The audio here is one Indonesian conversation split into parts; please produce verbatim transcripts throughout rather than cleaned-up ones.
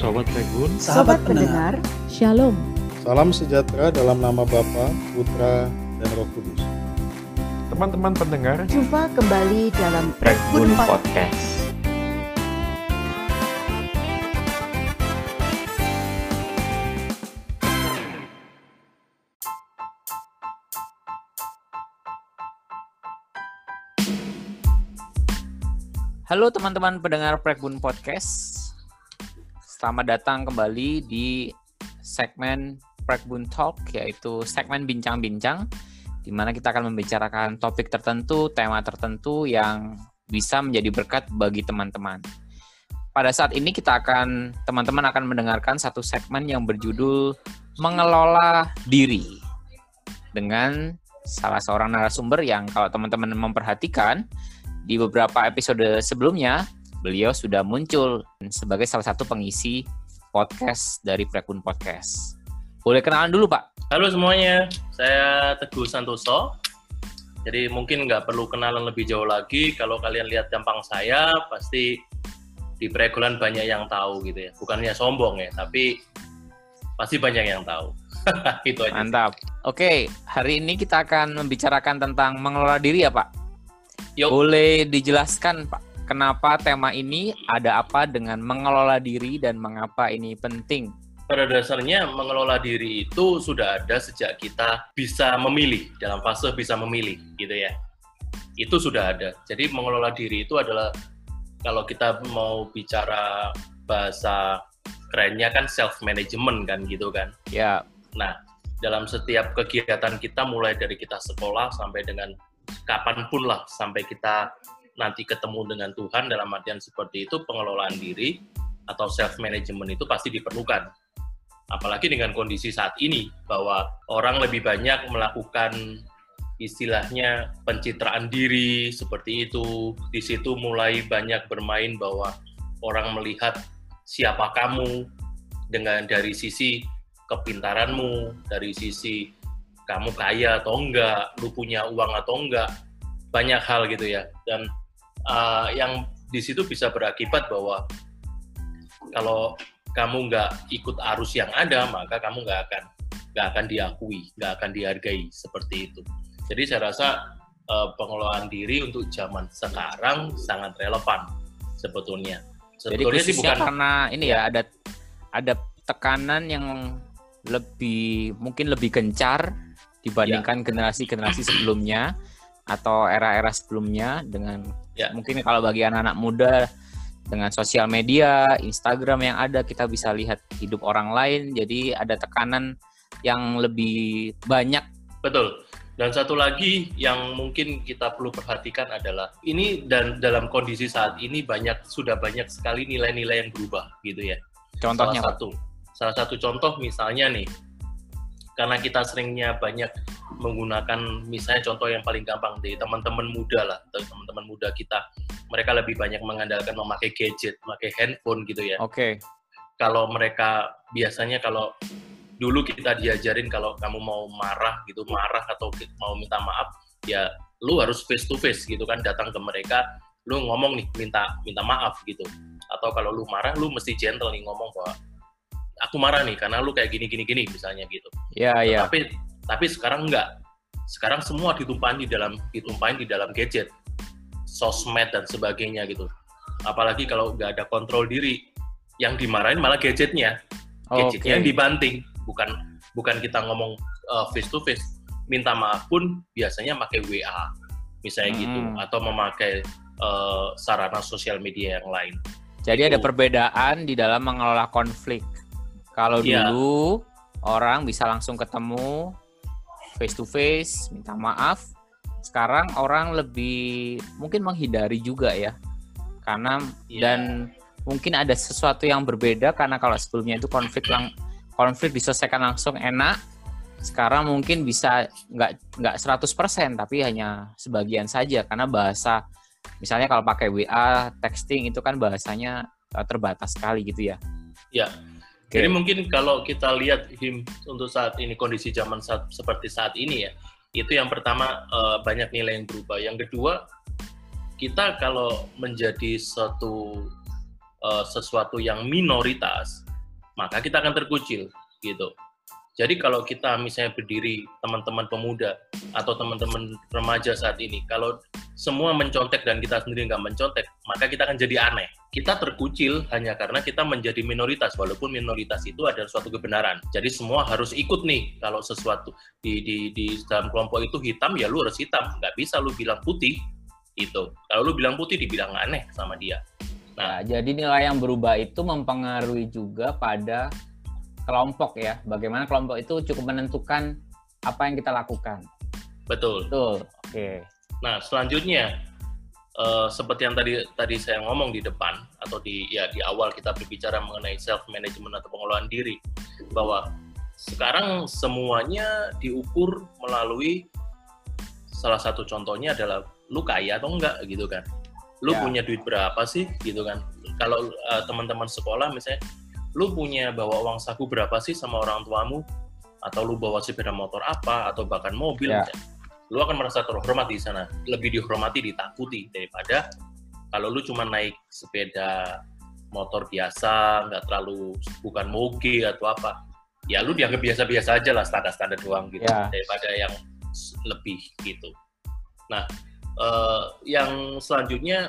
Sobat Pregun, Sahabat pendengar, Shalom. Salam sejahtera dalam nama Bapa, Putra, dan Roh Kudus. teman-teman pendengar, jumpa kembali dalam Pregun Pregun Podcast. Podcast. Halo teman-teman pendengar Pregun Podcast. Selamat datang kembali di segmen Pregun Talk, yaitu segmen bincang-bincang di mana kita akan membicarakan topik tertentu, tema tertentu yang bisa menjadi berkat bagi teman-teman. Pada saat ini kita akan teman-teman akan mendengarkan satu segmen yang berjudul Mengelola Diri dengan salah seorang narasumber yang kalau teman-teman memperhatikan di beberapa episode sebelumnya, beliau sudah muncul sebagai salah satu pengisi podcast dari Pregun Podcast. Boleh kenalan dulu, Pak? Halo semuanya, saya Teguh Santoso. Jadi mungkin nggak perlu kenalan lebih jauh lagi. Kalau kalian lihat tampang saya, pasti di Pregunan banyak yang tahu gitu ya. Bukannya sombong ya, tapi pasti banyak yang tahu. Itu aja. Mantap. Oke, hari ini kita akan membicarakan tentang mengelola diri ya, Pak? Yuk. Boleh dijelaskan, Pak, kenapa tema ini, ada apa dengan mengelola diri dan mengapa ini penting? Pada dasarnya mengelola diri itu sudah ada sejak kita bisa memilih, dalam fase bisa memilih gitu ya. Itu sudah ada. Jadi mengelola diri itu adalah, kalau kita mau bicara bahasa kerennya kan self-management kan gitu kan. Ya. Nah, dalam setiap kegiatan kita mulai dari kita sekolah sampai dengan kapanpun lah, sampai kita nanti ketemu dengan Tuhan, dalam artian seperti itu, pengelolaan diri atau self-management itu pasti diperlukan. Apalagi dengan kondisi saat ini, bahwa orang lebih banyak melakukan istilahnya pencitraan diri, seperti itu. Di situ mulai banyak bermain bahwa orang melihat siapa kamu dengan dari sisi kepintaranmu, dari sisi kamu kaya atau enggak, lu punya uang atau enggak, banyak hal gitu ya. Dan uh, yang di situ bisa berakibat bahwa kalau kamu nggak ikut arus yang ada, maka kamu nggak akan nggak akan diakui, nggak akan dihargai seperti itu. Jadi saya rasa uh, pengelolaan diri untuk zaman sekarang sangat relevan sebetulnya. Jadi Sebetulnya sih khususnya bukan karena ini ya ada ada tekanan yang lebih mungkin lebih gencar dibandingkan ya. generasi-generasi sebelumnya atau era-era sebelumnya dengan ya. Mungkin kalau bagi anak-anak muda dengan sosial media, Instagram yang ada, kita bisa lihat hidup orang lain, jadi ada tekanan yang lebih banyak. Betul. Dan satu lagi yang mungkin kita perlu perhatikan adalah ini, dan dalam kondisi saat ini banyak sudah banyak sekali nilai-nilai yang berubah gitu ya. Contohnya salah satu, salah satu contoh misalnya nih, karena kita seringnya banyak menggunakan, misalnya contoh yang paling gampang dari teman-teman muda lah, teman-teman muda kita, mereka lebih banyak mengandalkan memakai gadget, memakai handphone gitu ya. Oke. Okay. Kalau mereka biasanya, kalau dulu kita diajarin kalau kamu mau marah gitu, marah atau mau minta maaf, ya lu harus face to face gitu kan, datang ke mereka, lu ngomong nih, minta minta maaf gitu. Atau kalau lu marah, lu mesti gentle nih ngomong bahwa aku marah nih karena lu kayak gini gini gini misalnya gitu. Iya, iya. Tapi tapi sekarang enggak. Sekarang semua ditumpahin di dalam ditumpahin di dalam gadget, sosmed dan sebagainya gitu. Apalagi kalau nggak ada kontrol diri, yang dimarahin malah gadgetnya. Gadgetnya okay. yang dibanting, bukan bukan kita ngomong uh, face to face. Minta maaf pun biasanya pakai W A misalnya hmm. gitu, atau memakai uh, sarana sosial media yang lain. Jadi itu. Ada perbedaan di dalam mengelola konflik. Kalau ya. dulu orang bisa langsung ketemu face to face, minta maaf. Sekarang orang lebih mungkin menghindari juga ya. Karena ya. dan mungkin ada sesuatu yang berbeda, karena kalau sebelumnya itu konflik lang, konflik diselesaikan langsung enak. Sekarang mungkin bisa nggak nggak seratus persen, tapi hanya sebagian saja, karena bahasa misalnya kalau pakai W A, texting itu kan bahasanya terbatas sekali gitu ya. Ya. Okay. Jadi mungkin kalau kita lihat Him, untuk saat ini, kondisi zaman saat, seperti saat ini ya, itu yang pertama uh, banyak nilai yang berubah. Yang kedua, kita kalau menjadi suatu uh, sesuatu yang minoritas, maka kita akan terkucil gitu. Jadi kalau kita misalnya berdiri, teman-teman pemuda atau teman-teman remaja saat ini, kalau semua mencontek dan kita sendiri nggak mencontek, maka kita akan jadi aneh. Kita terkucil hanya karena kita menjadi minoritas, walaupun minoritas itu adalah suatu kebenaran. Jadi semua harus ikut nih, kalau sesuatu di, di, di dalam kelompok itu hitam, ya lu harus hitam. Nggak bisa lu bilang putih, itu. Kalau lu bilang putih, dibilang aneh sama dia. Nah, ya, jadi nilai yang berubah itu mempengaruhi juga pada kelompok ya, bagaimana kelompok itu cukup menentukan apa yang kita lakukan. Betul. Betul. Oke. Nah, selanjutnya uh, seperti yang tadi tadi saya ngomong di depan atau di ya di awal kita berbicara mengenai self management atau pengelolaan diri, bahwa sekarang semuanya diukur melalui salah satu contohnya adalah lu kaya atau enggak gitu kan. Lu ya. Punya duit berapa sih gitu kan. Kalau uh, teman-teman sekolah misalnya, lu punya bawa uang saku berapa sih sama orang tuamu, atau lu bawa sepeda motor apa, atau bahkan mobil, ya. Lu akan merasa terhormat di sana, lebih dihormati, ditakuti daripada kalau lu cuma naik sepeda motor biasa, nggak terlalu bukan moge atau apa, ya lu dianggap biasa-biasa aja lah, standar-standar doang gitu, ya. Daripada yang lebih gitu. Nah, eh, yang selanjutnya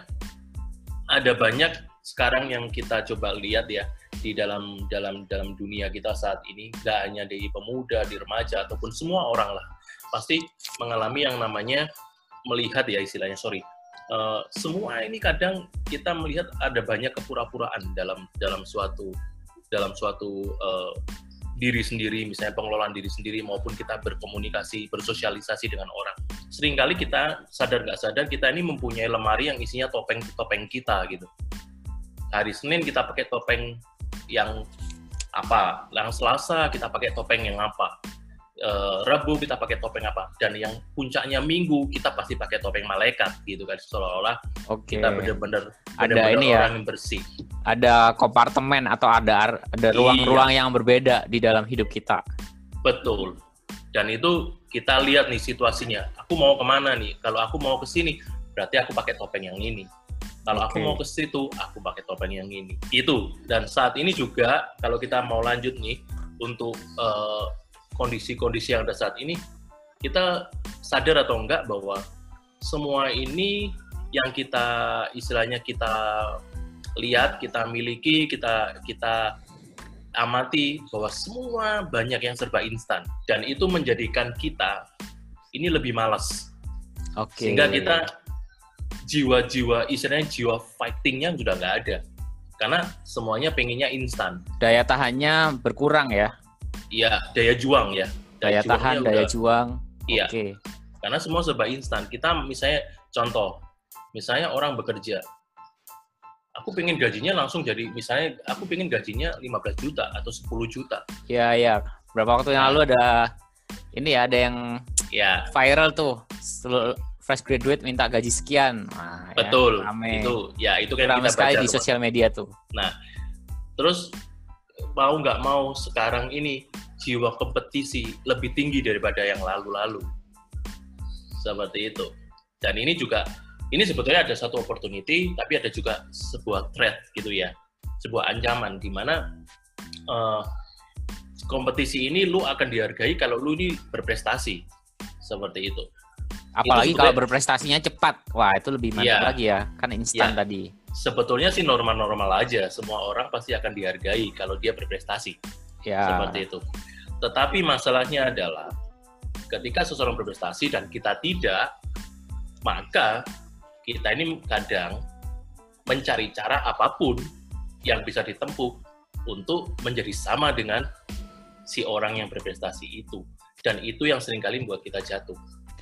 ada banyak sekarang yang kita coba lihat ya, di dalam dalam dalam dunia kita saat ini, nggak hanya di pemuda, di remaja ataupun semua orang lah pasti mengalami yang namanya melihat ya istilahnya sorry uh, semua ini kadang kita melihat ada banyak kepura-puraan dalam dalam suatu dalam suatu uh, diri sendiri, misalnya pengelolaan diri sendiri maupun kita berkomunikasi, bersosialisasi dengan orang. Seringkali kita sadar nggak sadar kita ini mempunyai lemari yang isinya topeng-topeng kita gitu. Hari Senin kita pakai topeng yang apa, yang Selasa kita pakai topeng yang apa, e, Rabu kita pakai topeng apa, dan yang puncaknya Minggu kita pasti pakai topeng malaikat gitu kan, seolah-olah okay. Kita benar-benar ada ini ya, orang yang bersih. Ada kompartemen atau ada ada ruang-ruang iya. yang berbeda di dalam hidup kita. Betul. Dan itu kita lihat nih situasinya. Aku mau kemana nih? Kalau aku mau ke sini, berarti aku pakai topeng yang ini. Kalau okay. aku mau ke situ, aku pakai topeng yang ini. Itu. Dan saat ini juga, kalau kita mau lanjut nih, untuk uh, kondisi-kondisi yang ada saat ini, kita sadar atau enggak bahwa semua ini yang kita, istilahnya kita lihat, kita miliki, kita kita amati, bahwa semua banyak yang serba instan. Dan itu menjadikan kita ini lebih malas. Okay. Sehingga kita jiwa-jiwa, istilahnya jiwa fighting-nya sudah nggak ada. Karena semuanya pengennya instan. Daya tahannya berkurang ya? Iya, daya juang ya. Daya, daya tahan, daya udah, juang. Iya. Okay. Karena semua serba instan. Kita misalnya, contoh, misalnya orang bekerja. Aku pengen gajinya langsung jadi, misalnya aku pengen gajinya lima belas juta atau sepuluh juta. Iya, iya. Berapa waktu yang lalu ada, ini ya, ada yang ya. viral tuh. Fresh graduate minta gaji sekian. Nah, betul. Ya, rame. Itu ya itu kan rame kita sekali baca di sosial media tuh. Nah, terus mau nggak mau sekarang ini jiwa kompetisi lebih tinggi daripada yang lalu-lalu. Seperti itu. Dan ini juga ini sebetulnya ada satu opportunity, tapi ada juga sebuah threat gitu ya. Sebuah ancaman di mana uh, kompetisi ini lu akan dihargai kalau lu ini berprestasi. Seperti itu. Apalagi kalau berprestasinya cepat, wah itu lebih mantap ya. lagi ya, kan instan ya. Tadi. Sebetulnya sih normal-normal aja, semua orang pasti akan dihargai kalau dia berprestasi, ya. Seperti itu. Tetapi masalahnya adalah ketika seseorang berprestasi dan kita tidak, maka kita ini kadang mencari cara apapun yang bisa ditempuh untuk menjadi sama dengan si orang yang berprestasi itu, dan itu yang seringkali membuat kita jatuh.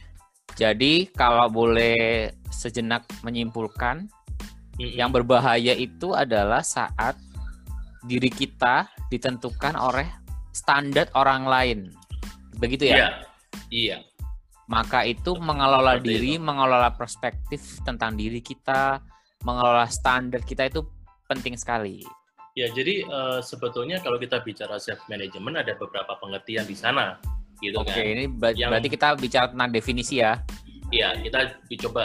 Jadi kalau boleh sejenak menyimpulkan, mm-hmm. yang berbahaya itu adalah saat diri kita ditentukan oleh standar orang lain. Begitu ya? Iya. Iya. Maka itu mengelola Seperti diri, itu. mengelola perspektif tentang diri kita, mengelola standar kita itu penting sekali. Ya, jadi uh, sebetulnya kalau kita bicara self management ada beberapa pengertian di sana. Gitu Oke, kan? ini ber- yang, berarti kita bicara tentang definisi ya? Iya, kita coba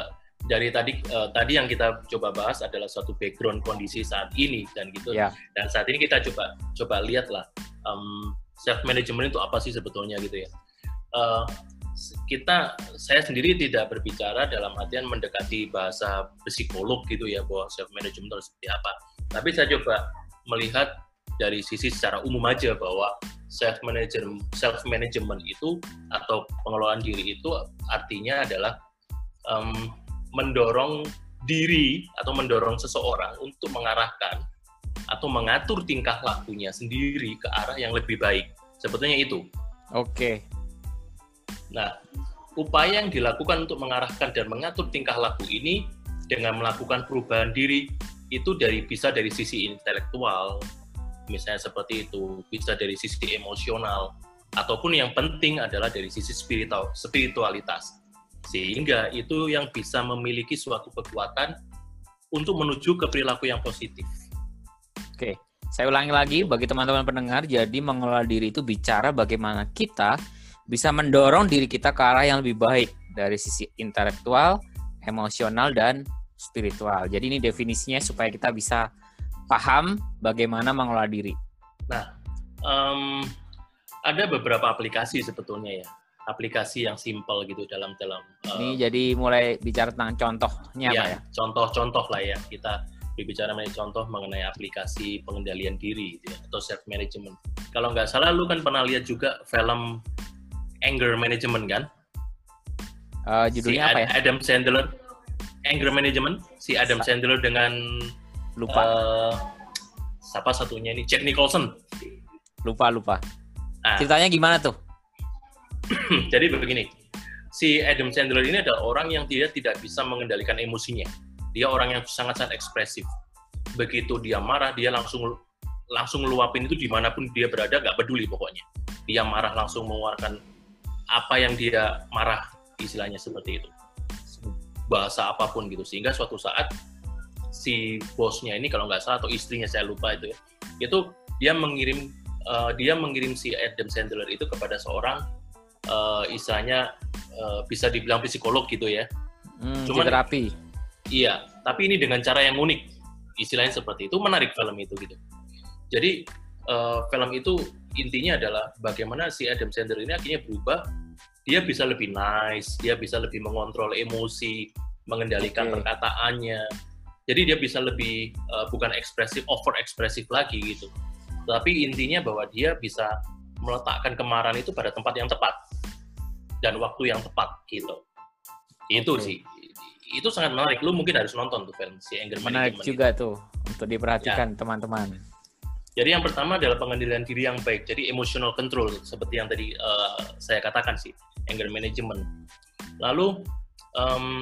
dari tadi uh, tadi yang kita coba bahas adalah suatu background kondisi saat ini dan gitu. Yeah. Dan saat ini kita coba coba lihatlah um, self management itu apa sih sebetulnya gitu ya. Uh, kita saya sendiri tidak berbicara dalam artian mendekati bahasa psikolog gitu ya bahwa self management itu seperti apa. Tapi saya coba melihat dari sisi secara umum aja bahwa self management self management itu atau pengelolaan diri itu artinya adalah um, mendorong diri atau mendorong seseorang untuk mengarahkan atau mengatur tingkah lakunya sendiri ke arah yang lebih baik. Sebetulnya itu. Oke. Nah, upaya yang dilakukan untuk mengarahkan dan mengatur tingkah laku ini dengan melakukan perubahan diri itu dari bisa dari sisi intelektual, misalnya seperti itu, bisa dari sisi emosional, ataupun yang penting adalah dari sisi spiritual, spiritualitas. Sehingga itu yang bisa memiliki suatu kekuatan untuk menuju ke perilaku yang positif. Oke, saya ulangi lagi bagi teman-teman pendengar, jadi mengelola diri itu bicara bagaimana kita bisa mendorong diri kita ke arah yang lebih baik dari sisi intelektual, emosional, dan spiritual. Jadi ini definisinya supaya kita bisa paham bagaimana mengelola diri. Nah, um, ada beberapa aplikasi sebetulnya ya. Aplikasi yang simple gitu dalam dalam uh, ini jadi mulai bicara tentang contohnya ya, Pak ya. Contoh-contoh lah ya, kita berbicara mengenai contoh mengenai aplikasi pengendalian diri gitu ya, atau self management. Kalau nggak salah lu kan pernah lihat juga film Anger Management kan? Uh, judulnya si apa ya? Adam Sandler, Anger Management. Si Adam Sa- Sandler dengan lupa. Uh, siapa satunya ini? Jack Nicholson. Lupa lupa. Nah, ceritanya gimana tuh? Jadi begini, si Adam Sandler ini adalah orang yang dia tidak bisa mengendalikan emosinya. Dia orang yang sangat-sangat ekspresif. Begitu dia marah, dia langsung langsung luapin itu dimanapun dia berada, nggak peduli pokoknya. Dia marah langsung mengeluarkan apa yang dia marah, istilahnya seperti itu. Bahasa apapun gitu. Sehingga suatu saat si bosnya ini kalau nggak salah atau istrinya saya lupa itu ya, itu dia mengirim uh, dia mengirim si Adam Sandler itu kepada seorang Uh, istilahnya uh, bisa dibilang psikolog gitu ya. Hmm, Cuman terapi. Iya, tapi ini dengan cara yang unik. Istilahnya seperti itu, menarik film itu gitu. Jadi uh, film itu intinya adalah bagaimana si Adam Sandler ini akhirnya berubah. Dia bisa lebih nice, dia bisa lebih mengontrol emosi, mengendalikan okay. perkataannya. Jadi dia bisa lebih uh, bukan ekspresif, over ekspresif lagi gitu. Tapi intinya bahwa dia bisa meletakkan kemarahan itu pada tempat yang tepat dan waktu yang tepat gitu. Itu okay. sih. Itu sangat menarik. Lu mungkin harus nonton tuh film si Anger Management. Menarik juga itu. Tuh untuk diperhatikan ya. Teman-teman. Jadi yang pertama adalah pengendalian diri yang baik. Jadi emotional control seperti yang tadi uh, saya katakan sih, Anger Management. Lalu um,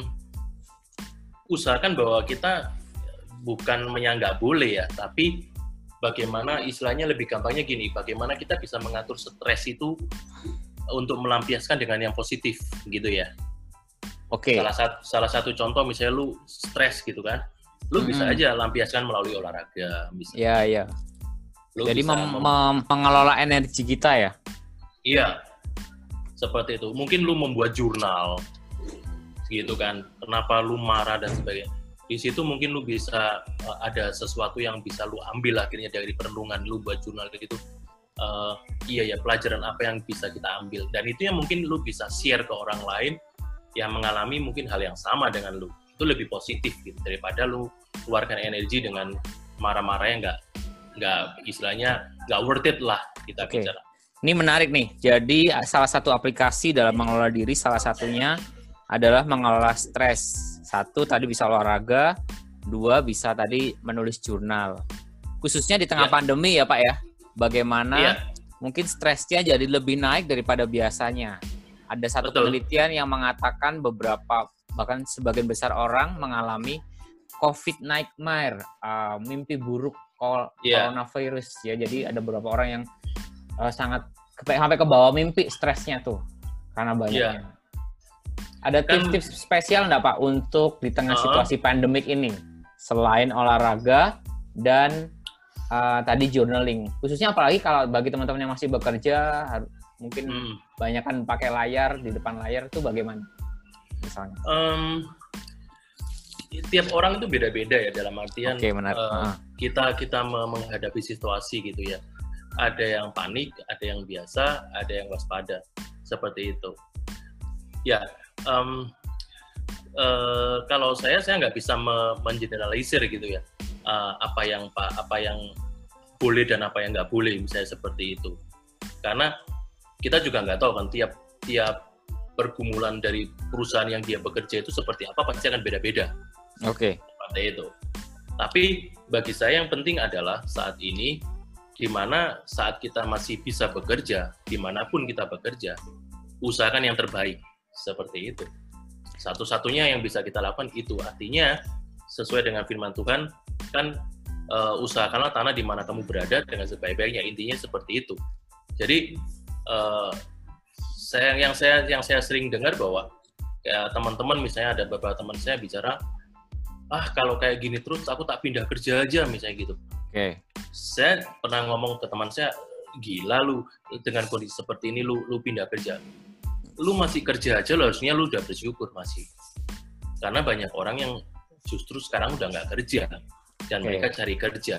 usahakan bahwa kita bukan menyanggah boleh ya, tapi bagaimana istilahnya lebih gampangnya gini, bagaimana kita bisa mengatur stres itu untuk melampiaskan dengan yang positif gitu ya. Oke. Okay. Salah satu salah satu contoh misalnya lu stres gitu kan, lu hmm. bisa aja lampiaskan melalui olahraga misalnya. Iya iya. Jadi mem- mem- mengelola energi kita ya. Iya. Seperti itu. Mungkin lu membuat jurnal gitu kan. Kenapa lu marah dan sebagainya. Di situ mungkin lu bisa uh, ada sesuatu yang bisa lu ambil akhirnya dari perenungan lu buat jurnal gitu. Uh, iya ya, pelajaran apa yang bisa kita ambil, dan itu yang mungkin lu bisa share ke orang lain yang mengalami mungkin hal yang sama dengan lu. Itu lebih positif gitu daripada lu keluarkan energi dengan marah-marah yang nggak nggak istilahnya nggak worth it lah kita okay. bicara. Ini menarik nih. Jadi salah satu aplikasi dalam mengelola diri salah satunya adalah mengelola stres. Satu tadi bisa olahraga, dua bisa tadi menulis jurnal. Khususnya di tengah ya. pandemi ya Pak ya. Bagaimana ya. mungkin stresnya jadi lebih naik daripada biasanya. Ada satu Betul. penelitian yang mengatakan beberapa bahkan sebagian besar orang mengalami COVID nightmare, uh, mimpi buruk kol- ya. coronavirus ya. Jadi ada beberapa orang yang uh, sangat sampai ke bawah mimpi stresnya tuh karena banyaknya. Ya. Ada tips-tips spesial nggak Pak untuk di tengah uh-huh. situasi pandemik ini selain olahraga dan uh, tadi journaling, khususnya apalagi kalau bagi teman-teman yang masih bekerja mungkin hmm. banyak kan pakai layar di depan layar itu bagaimana misalnya? Um, tiap orang itu beda-beda ya, dalam artian Oke, menarik. uh, Ah. kita kita menghadapi situasi gitu ya. Ada yang panik, ada yang biasa, ada yang waspada, seperti itu. Ya, um, uh, kalau saya saya nggak bisa me- mengeneralisir gitu ya, uh, apa yang apa yang boleh dan apa yang nggak boleh, misalnya seperti itu. Karena kita juga nggak tahu kan tiap tiap pergumulan dari perusahaan yang dia bekerja itu seperti apa, pasti akan beda-beda. Oke. Seperti itu. Tapi bagi saya yang penting adalah saat ini, di mana saat kita masih bisa bekerja, dimanapun kita bekerja, usahakan yang terbaik, seperti itu. Satu-satunya yang bisa kita lakukan itu, artinya sesuai dengan firman Tuhan, kan uh, usahakanlah tanah di mana kamu berada dengan sebaik-baiknya, intinya seperti itu. Jadi uh, saya yang saya yang saya sering dengar bahwa kayak teman-teman, misalnya ada beberapa teman saya bicara, ah kalau kayak gini terus aku tak pindah kerja aja, misalnya gitu. Oke. Saya pernah ngomong ke teman saya, gila lu dengan kondisi seperti ini lu lu pindah kerja. Lu masih kerja aja lo, harusnya lu udah bersyukur masih. Karena banyak orang yang justru sekarang udah nggak kerja dan Oke. mereka cari kerja.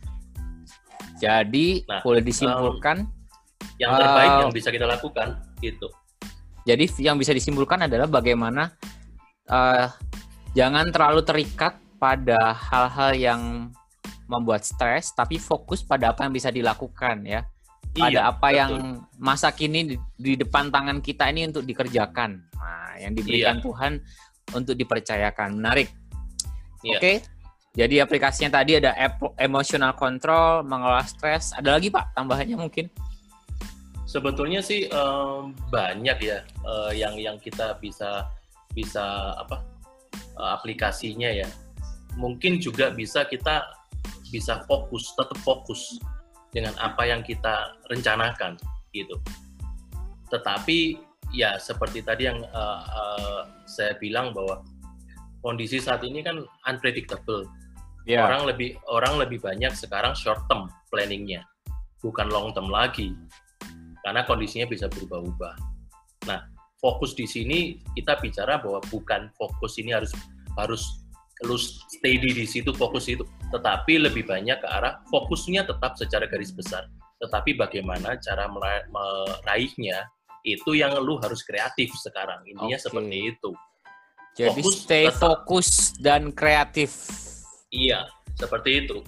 Jadi Nah, boleh disimpulkan, Yang terbaik Uh, yang bisa kita lakukan gitu. jadi yang bisa disimpulkan adalah bagaimana uh, jangan terlalu terikat pada hal-hal yang membuat stres, tapi fokus pada apa yang bisa dilakukan ya. Pada Iya, apa betul. yang masa kini di, di depan tangan kita ini untuk dikerjakan. Nah, yang diberikan Iya. Tuhan untuk dipercayakan. Menarik. Iya. Oke. Jadi aplikasinya tadi ada ep- emotional control, mengelola stres. Ada lagi Pak tambahannya mungkin? Sebetulnya sih em, banyak ya eh, yang yang kita bisa bisa apa eh, aplikasinya ya. Mungkin juga bisa kita bisa fokus, tetap fokus dengan apa yang kita rencanakan gitu. Tetapi ya seperti tadi yang eh, eh, saya bilang bahwa kondisi saat ini kan unpredictable. Ya. Orang lebih orang lebih banyak sekarang short term planningnya, bukan long term lagi, karena kondisinya bisa berubah-ubah. Nah, fokus di sini kita bicara bahwa bukan fokus ini harus harus lu steady di situ, fokus itu, tetapi lebih banyak ke arah fokusnya tetap secara garis besar, tetapi bagaimana cara mera- meraihnya itu yang lu harus kreatif sekarang, intinya Oke. seperti itu. Jadi Fokus stay tetap. fokus dan kreatif. Iya, seperti itu.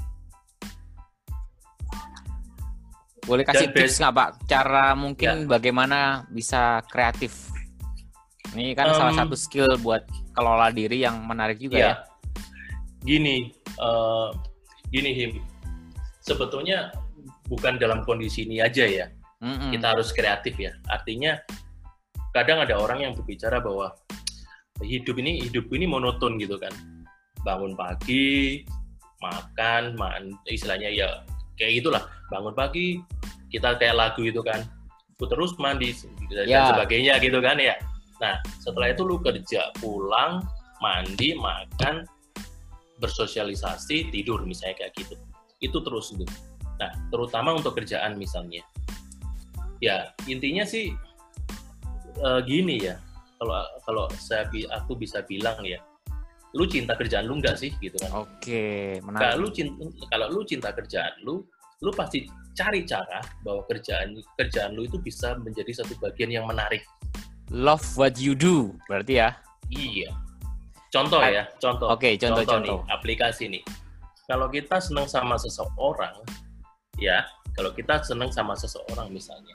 Boleh kasih Dan tips best- nggak Pak? Cara mungkin Ya. bagaimana bisa kreatif? Ini kan Um, salah satu skill buat kelola diri yang menarik juga ya. Ya, gini, eh, gini Him, sebetulnya bukan dalam kondisi ini aja ya, Mm-mm. kita harus kreatif ya. Artinya, kadang ada orang yang berbicara bahwa hidup ini hidup ini monoton gitu kan, bangun pagi, makan, man, istilahnya ya kayak gitulah, bangun pagi, kita kayak lagu itu kan, ku terus mandi dan Ya. sebagainya gitu kan ya. Nah, setelah itu lu kerja, pulang, mandi, makan, bersosialisasi, tidur misalnya kayak gitu. Itu terus gitu. Nah, terutama untuk kerjaan misalnya. Ya, intinya sih eh, gini ya. Kalau kalau saya bi- aku bisa bilang ya, lu cinta kerjaan lu nggak sih gitu kan? Oke, Kalau menarik. lu cinta kalau lu cinta kerjaan lu, lu pasti cari cara bahwa kerjaan kerjaan lu itu bisa menjadi satu bagian yang menarik. Love what you do, berarti ya. Iya. Contoh Ah, ya, contoh. Oke, contoh, nih, contoh. aplikasi nih. Kalau kita senang sama seseorang, ya, kalau kita senang sama seseorang misalnya,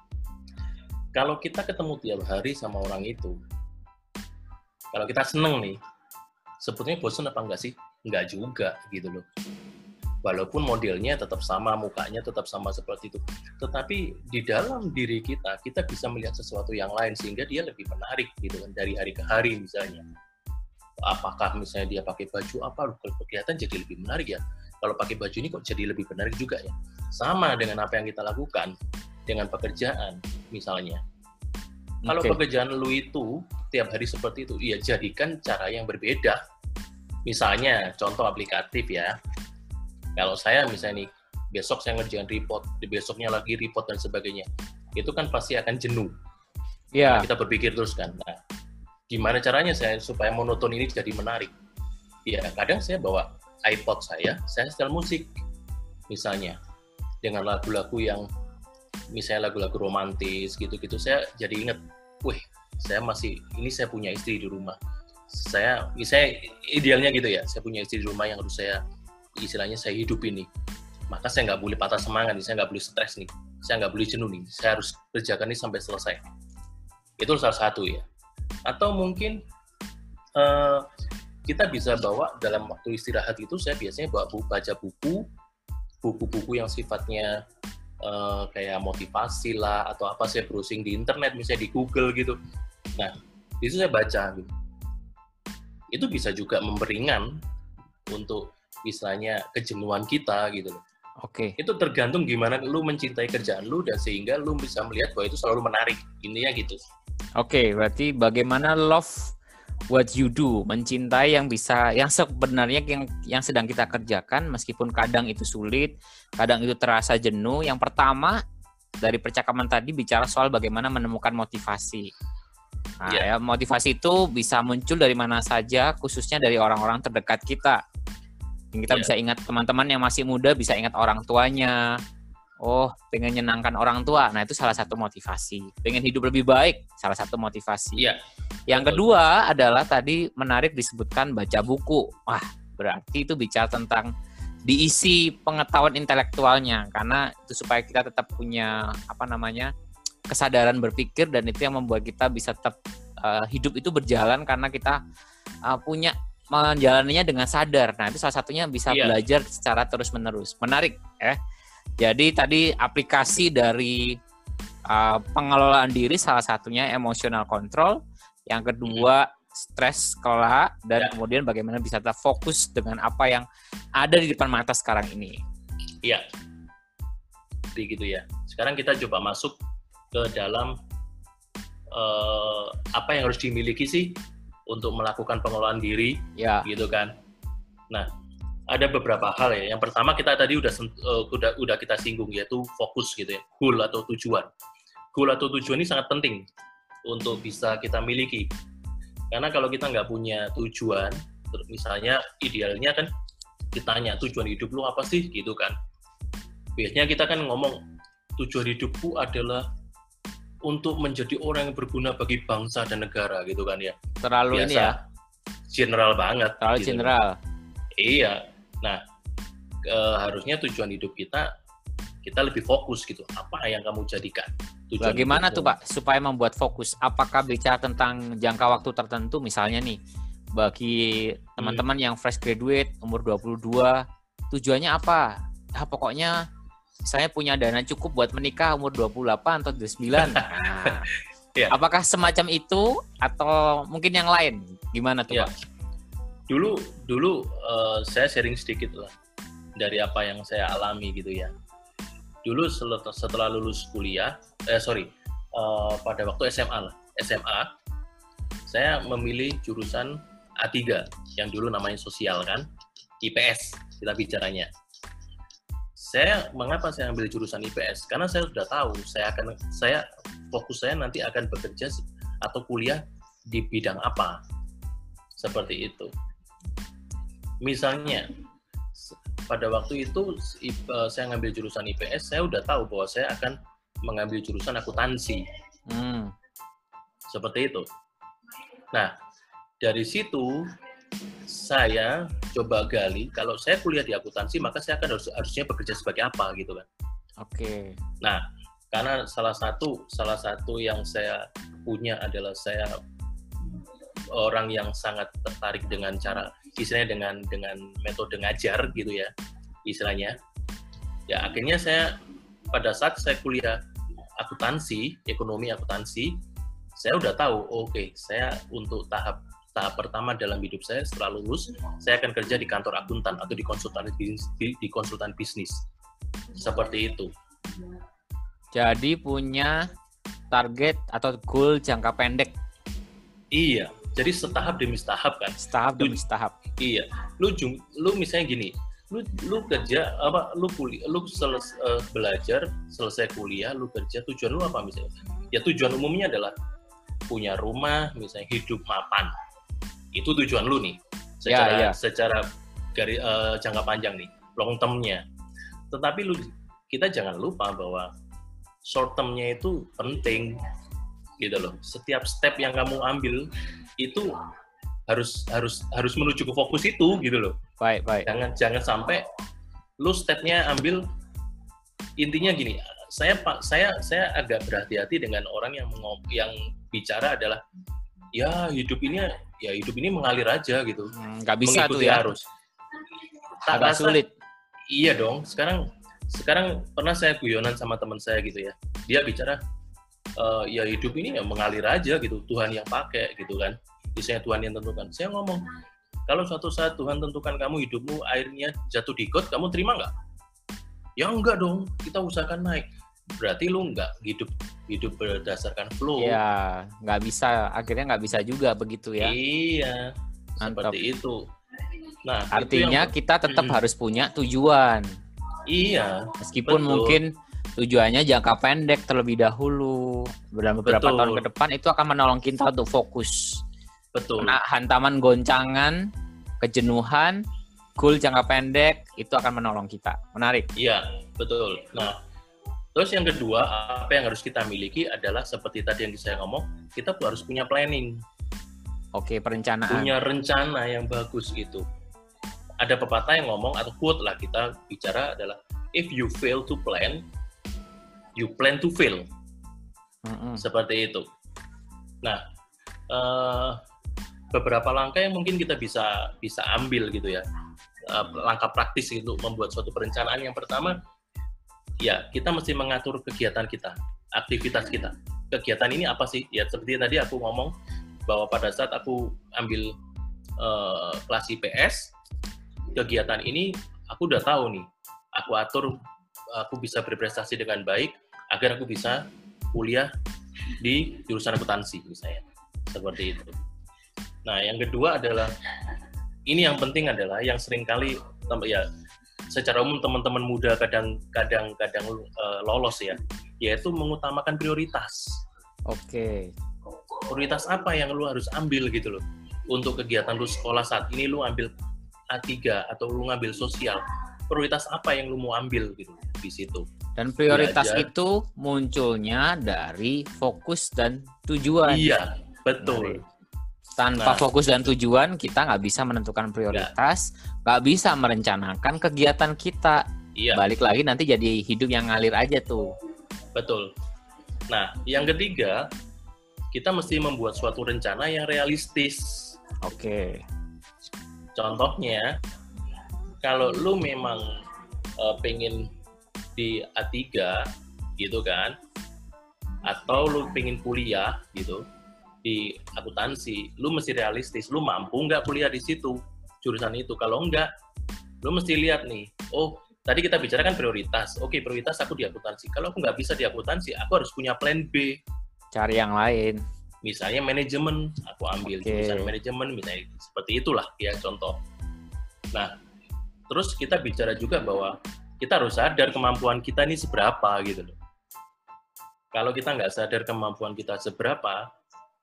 kalau kita ketemu tiap hari sama orang itu, kalau kita senang nih, sebetulnya bosan apa enggak sih? Enggak juga, gitu loh. Walaupun modelnya tetap sama, mukanya tetap sama seperti itu. Tetapi di dalam diri kita, kita bisa melihat sesuatu yang lain, sehingga dia lebih menarik gitu kan, dari hari ke hari misalnya. Apakah misalnya dia pakai baju apa, kelihatan jadi lebih menarik ya. Kalau pakai baju ini kok jadi lebih menarik juga ya. Sama dengan apa yang kita lakukan, dengan pekerjaan misalnya. Kalau Oke. pekerjaan lu itu tiap hari seperti itu, ya jadikan cara yang berbeda. Misalnya, contoh aplikatif ya. Kalau saya misalnya nih, besok saya ngerjain report, di besoknya lagi report dan sebagainya, itu kan pasti akan jenuh. Ya, Kita berpikir terus kan, nah, gimana caranya saya supaya monoton ini jadi menarik? ya kadang saya bawa iPod saya, saya setel musik misalnya dengan lagu-lagu yang misalnya lagu-lagu romantis gitu-gitu, saya jadi ingat, wih, saya masih ini saya punya istri di rumah. Saya misalnya idealnya gitu ya, saya punya istri di rumah yang harus saya istilahnya saya hidup ini. Maka saya nggak boleh patah semangat nih, saya nggak boleh stres nih, saya nggak boleh jenuh nih, saya harus kerjakan ini sampai selesai. Itu salah satu ya. Atau mungkin uh, kita bisa bawa dalam waktu istirahat itu, saya biasanya bawa buku, baca buku, buku-buku yang sifatnya uh, kayak motivasi lah, atau apa, saya browsing di internet, misalnya di Google gitu. Nah, itu saya baca gitu. Itu bisa juga memberingan untuk misalnya kejenuhan kita gitu loh. Oke. Itu tergantung gimana lu mencintai kerjaan lu, dan sehingga lu bisa melihat bahwa itu selalu menarik. Intinya gitu. Oke, berarti bagaimana love what you do, mencintai yang bisa, yang sebenarnya yang yang sedang kita kerjakan, meskipun kadang itu sulit, kadang itu terasa jenuh. Yang pertama dari percakapan tadi bicara soal bagaimana menemukan motivasi. Nah, yeah. ya, motivasi itu bisa muncul dari mana saja, khususnya dari orang-orang terdekat kita. Yang kita yeah. bisa ingat teman-teman yang masih muda bisa ingat orang tuanya. Oh, pengen nyenangkan orang tua. Nah, itu salah satu motivasi. Pengen hidup lebih baik, salah satu motivasi. Iya. Yang kedua adalah tadi menarik disebutkan baca buku. Wah, berarti itu bicara tentang diisi pengetahuan intelektualnya, karena itu supaya kita tetap punya apa namanya kesadaran berpikir, dan itu yang membuat kita bisa tetap uh, hidup itu berjalan karena kita uh, punya menjalaninya dengan sadar. Nah, itu salah satunya bisa iya. belajar secara terus-menerus. Menarik, ya. Jadi tadi aplikasi dari uh, pengelolaan diri salah satunya emotional control, yang kedua stres kelak, dan ya. kemudian bagaimana bisa tetap fokus dengan apa yang ada di depan mata sekarang ini. Iya, begitu ya. Sekarang kita coba masuk ke dalam uh, apa yang harus dimiliki sih untuk melakukan pengelolaan diri, ya. gitu kan. Nah, ada beberapa hal ya. Yang pertama kita tadi udah uh, udah udah kita singgung, yaitu fokus gitu ya, goal atau tujuan. Goal atau tujuan ini sangat penting untuk bisa kita miliki. Karena kalau kita nggak punya tujuan, misalnya idealnya kan ditanya tujuan hidup lu apa sih gitu kan. Biasanya kita kan ngomong tujuan hidupku adalah untuk menjadi orang yang berguna bagi bangsa dan negara gitu kan ya. Terlalu biasa, ini ya. General banget. Terlalu gitu. general. Iya. Nah, ke, harusnya tujuan hidup kita kita lebih fokus gitu. Apa yang kamu jadikan? Tujuan Bagaimana hidupmu. tuh Pak supaya membuat fokus? Apakah bicara tentang jangka waktu tertentu, misalnya nih bagi teman-teman hmm. yang fresh graduate umur dua puluh dua, tujuannya apa? Ah, pokoknya saya punya dana cukup buat menikah umur dua puluh delapan atau dua puluh sembilan. Nah, yeah. Apakah semacam itu atau mungkin yang lain? Gimana tuh yeah. Pak? Dulu dulu uh, saya sharing sedikit lah dari apa yang saya alami gitu ya. Dulu setelah, setelah lulus kuliah, eh sorry, uh, pada waktu S M A lah, S M A, saya memilih jurusan A tiga yang dulu namanya sosial kan, I P S kita bicaranya. Saya mengapa saya ambil jurusan I P S? Karena saya sudah tahu saya akan saya fokus saya nanti akan bekerja atau kuliah di bidang apa. Seperti itu. Misalnya pada waktu itu saya ngambil jurusan I P S, saya udah tahu bahwa saya akan mengambil jurusan akuntansi. Hmm. Seperti itu. Nah, dari situ saya coba gali, kalau saya kuliah di akuntansi, maka saya akan harus, harusnya bekerja sebagai apa gitu kan. Oke. Okay. Nah, karena salah satu salah satu yang saya punya adalah saya orang yang sangat tertarik dengan cara istilahnya dengan dengan metode ngajar gitu ya istilahnya. Ya akhirnya saya pada saat saya kuliah akuntansi, ekonomi akuntansi, saya udah tahu oke, okay, saya untuk tahap tahap pertama dalam hidup saya setelah lulus, saya akan kerja di kantor akuntan atau di konsultan di, di konsultan bisnis. Seperti itu. Jadi punya target atau goal jangka pendek. Iya. Jadi setahap demi setahap kan. Setahap demi setahap. Iya. Lu jum, lu misalnya gini, lu lu kerja apa lu kuliah, lu seles, uh, belajar, selesai kuliah, lu kerja, tujuan lu apa misalnya? Ya tujuan umumnya adalah punya rumah, misalnya hidup mapan. Itu tujuan lu nih. secara Ya, ya. secara gari, uh, jangka panjang nih, long term-nya. Tetapi lu kita jangan lupa bahwa short term-nya itu penting gitu loh. Setiap step yang kamu ambil itu harus harus harus menuju ke fokus itu gitu loh. Baik, baik. Jangan jangan sampai lu stepnya ambil, intinya gini, saya pak saya saya agak berhati-hati dengan orang yang mengop, yang bicara adalah ya hidup ini ya hidup ini mengalir aja gitu. Hmm, nggak bisa tuh ya. Arus. Tak Agak rasa, sulit. Iya dong. Sekarang sekarang pernah saya guyonan sama teman saya gitu ya. Dia bicara e, ya hidup ini ya mengalir aja gitu. Tuhan yang pakai gitu kan. Misalnya Tuhan yang tentukan. Saya ngomong, kalau suatu saat Tuhan tentukan kamu hidupmu airnya jatuh di got, kamu terima nggak? Ya enggak dong, kita usahakan naik. Berarti lu nggak hidup hidup berdasarkan flow. Ya, nggak bisa. Akhirnya nggak bisa juga begitu ya. Iya, Mantap. seperti itu. Nah, Artinya itu yang, kita tetap Mm-mm. harus punya tujuan. Iya, Meskipun betul. mungkin tujuannya jangka pendek terlebih dahulu. Dalam beberapa Betul. tahun ke depan itu akan menolong kita untuk fokus. betul. Nah, hantaman goncangan, kejenuhan, goal jangka pendek itu akan menolong kita. Menarik. Iya, betul. Nah, terus yang kedua, apa yang harus kita miliki adalah seperti tadi yang saya ngomong, kita harus punya planning, Oke, perencanaan. punya rencana yang bagus gitu. Ada pepatah yang ngomong, atau quote lah kita bicara adalah, if you fail to plan, you plan to fail. Mm-mm. Seperti itu. Nah, eh, beberapa langkah yang mungkin kita bisa bisa ambil gitu ya, eh, langkah praktis untuk membuat suatu perencanaan. Yang pertama, ya kita mesti mengatur kegiatan kita, aktivitas kita. Kegiatan ini apa sih? Ya seperti tadi aku ngomong bahwa pada saat aku ambil eh, kelas I P S, kegiatan ini aku udah tahu nih, aku atur, aku bisa berprestasi dengan baik agar aku bisa kuliah di jurusan akuntansi misalnya, seperti itu. Nah, yang kedua adalah, ini yang penting adalah yang seringkali ya secara umum teman-teman muda kadang-kadang kadang uh, lolos ya, yaitu mengutamakan prioritas. Oke. Prioritas apa yang lu harus ambil gitu loh. Untuk kegiatan lu sekolah saat ini lu ambil A tiga atau lu ngambil sosial. Prioritas apa yang lu mau ambil gitu di situ. Dan prioritas Belajar. itu munculnya dari fokus dan tujuan. Iya, betul. Tanpa Nah. fokus dan tujuan, kita nggak bisa menentukan prioritas, nggak bisa merencanakan kegiatan kita. Iya. Balik lagi nanti jadi hidup yang ngalir aja tuh. Betul. Nah, yang ketiga, kita mesti membuat suatu rencana yang realistis. Oke. Contohnya, kalau lu memang uh, pengen di A tiga gitu kan, atau lu pengen kuliah gitu di akuntansi, lu mesti realistis. Lu mampu nggak kuliah di situ, jurusan itu? Kalau enggak, lu mesti lihat nih, oh tadi kita bicarakan prioritas. Oke, prioritas aku di akuntansi. Kalau aku nggak bisa di akuntansi, aku harus punya plan B. Cari yang lain. Misalnya manajemen, aku ambil Oke. jurusan manajemen, misalnya seperti itulah ya contoh. Nah, terus kita bicara juga bahwa kita harus sadar kemampuan kita ini seberapa gitu loh. Kalau kita nggak sadar kemampuan kita seberapa,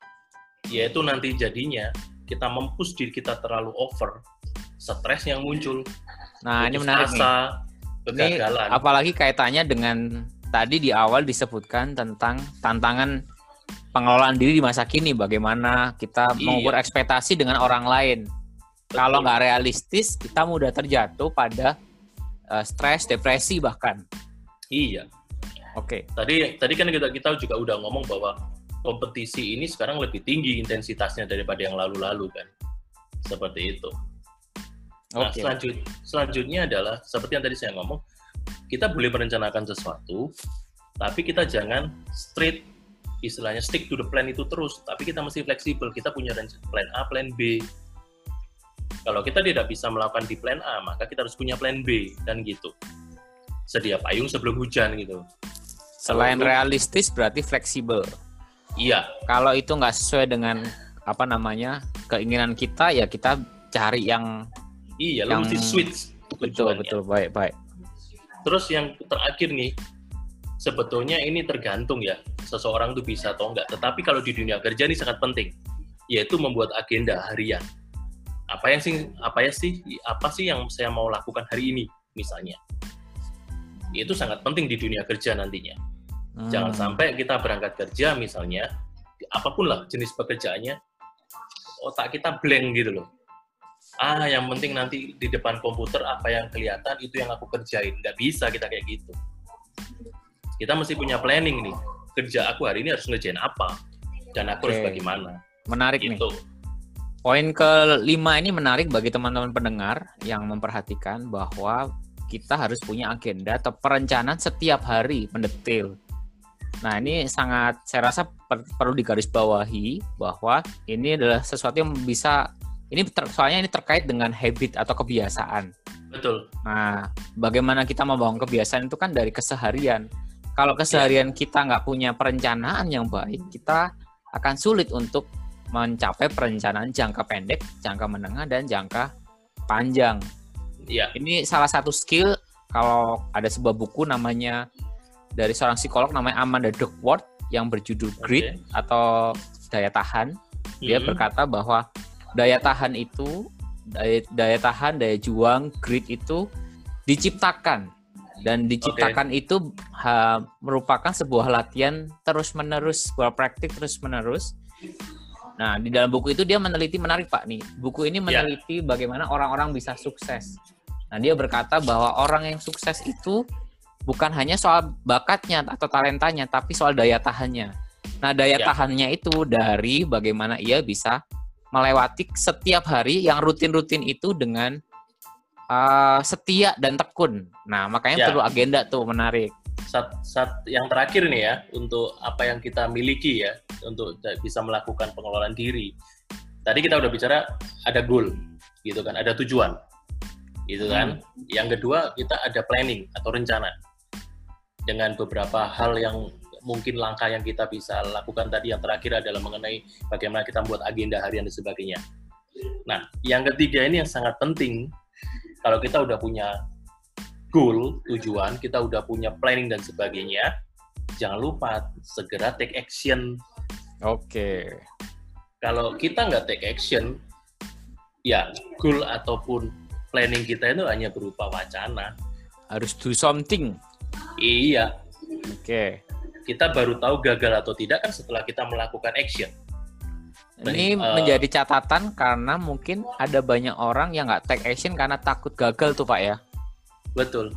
yaitu nanti jadinya kita mempush diri kita terlalu over, stres yang muncul, Nah, ini putus menarik nih. asa, Ini kegagalan. apalagi kaitannya dengan tadi di awal disebutkan tentang tantangan pengelolaan diri di masa kini, bagaimana kita Iya. mengukur ekspektasi dengan orang lain. Betul. Kalau nggak realistis, kita mudah terjatuh pada uh, stres, depresi bahkan. Iya. Oke. Tadi tadi kan kita kita juga udah ngomong bahwa kompetisi ini sekarang lebih tinggi intensitasnya daripada yang lalu-lalu kan. Seperti itu. Nah, Oke. selanjut, selanjutnya adalah seperti yang tadi saya ngomong, kita boleh merencanakan sesuatu, tapi kita jangan straight, istilahnya stick to the plan itu terus, tapi kita mesti fleksibel. Kita punya plan A, plan B. Kalau kita tidak bisa melakukan di plan A, maka kita harus punya plan B, dan gitu. Sedia payung sebelum hujan gitu. Selain Kalau itu- realistis berarti fleksibel. Iya, Kalau itu nggak sesuai dengan apa namanya keinginan kita, ya kita cari yang iya, lu Yang- mesti switch betul tujuannya. betul baik baik. Terus yang terakhir nih, sebetulnya ini tergantung ya, seseorang tuh bisa atau enggak. Tetapi kalau di dunia kerja ini sangat penting, yaitu membuat agenda harian. Apa yang sih apa ya sih apa sih yang saya mau lakukan hari ini misalnya. Itu sangat penting di dunia kerja nantinya. Hmm. Jangan sampai kita berangkat kerja misalnya, apapun lah jenis pekerjaannya, otak kita blank gitu loh. Ah, yang penting nanti di depan komputer apa yang kelihatan itu yang aku kerjain. Nggak bisa kita kayak gitu. Kita mesti punya planning nih. Kerja aku hari ini harus ngerjain apa dan aku Oke. harus bagaimana. Menarik Gitu. nih. Poin kelima ini menarik bagi teman-teman pendengar yang memperhatikan bahwa kita harus punya agenda atau perencanaan setiap hari mendetail. Nah, ini sangat saya rasa per, perlu digarisbawahi bahwa ini adalah sesuatu yang bisa ini ter, soalnya ini terkait dengan habit atau kebiasaan. Betul. Nah, bagaimana kita membangun kebiasaan itu kan dari keseharian. Kalau keseharian kita nggak punya perencanaan yang baik, kita akan sulit untuk mencapai perencanaan jangka pendek, jangka menengah, dan jangka panjang. Iya. Ini salah satu skill. Kalau ada sebuah buku namanya dari seorang psikolog namanya Amanda Duckworth yang berjudul Grit Oke. atau daya tahan. Dia Hmm. berkata bahwa daya tahan itu, daya, daya tahan, daya juang, grit itu diciptakan. Dan diciptakan itu ha, merupakan sebuah latihan terus-menerus, sebuah praktik terus-menerus. Nah, di dalam buku itu dia meneliti, menarik Pak nih. Buku ini meneliti yeah. bagaimana orang-orang bisa sukses. Nah, dia berkata bahwa orang yang sukses itu bukan hanya soal bakatnya atau talentanya, tapi soal daya tahannya. Nah, daya yeah. tahannya itu dari bagaimana ia bisa melewati setiap hari yang rutin-rutin itu dengan uh, setia dan tekun. Nah, makanya yeah. perlu agenda tuh, menarik. Saat, saat yang terakhir nih ya, untuk apa yang kita miliki ya, untuk bisa melakukan pengelolaan diri. Tadi kita udah bicara ada goal, gitu kan, ada tujuan, gitu kan. Hmm. Yang kedua kita ada planning atau rencana dengan beberapa hal yang mungkin langkah yang kita bisa lakukan. Tadi yang terakhir adalah mengenai bagaimana kita membuat agenda harian dan sebagainya. Nah, yang ketiga ini yang sangat penting. Kalau kita udah punya goal, tujuan, kita udah punya planning dan sebagainya, jangan lupa segera take action. Oke. Kalau kita nggak take action, ya goal ataupun planning kita itu hanya berupa wacana. Harus do something. Iya. Oke. Kita baru tahu gagal atau tidak kan setelah kita melakukan action. Ini uh, menjadi catatan karena mungkin ada banyak orang yang nggak take action karena takut gagal tuh Pak ya. Betul.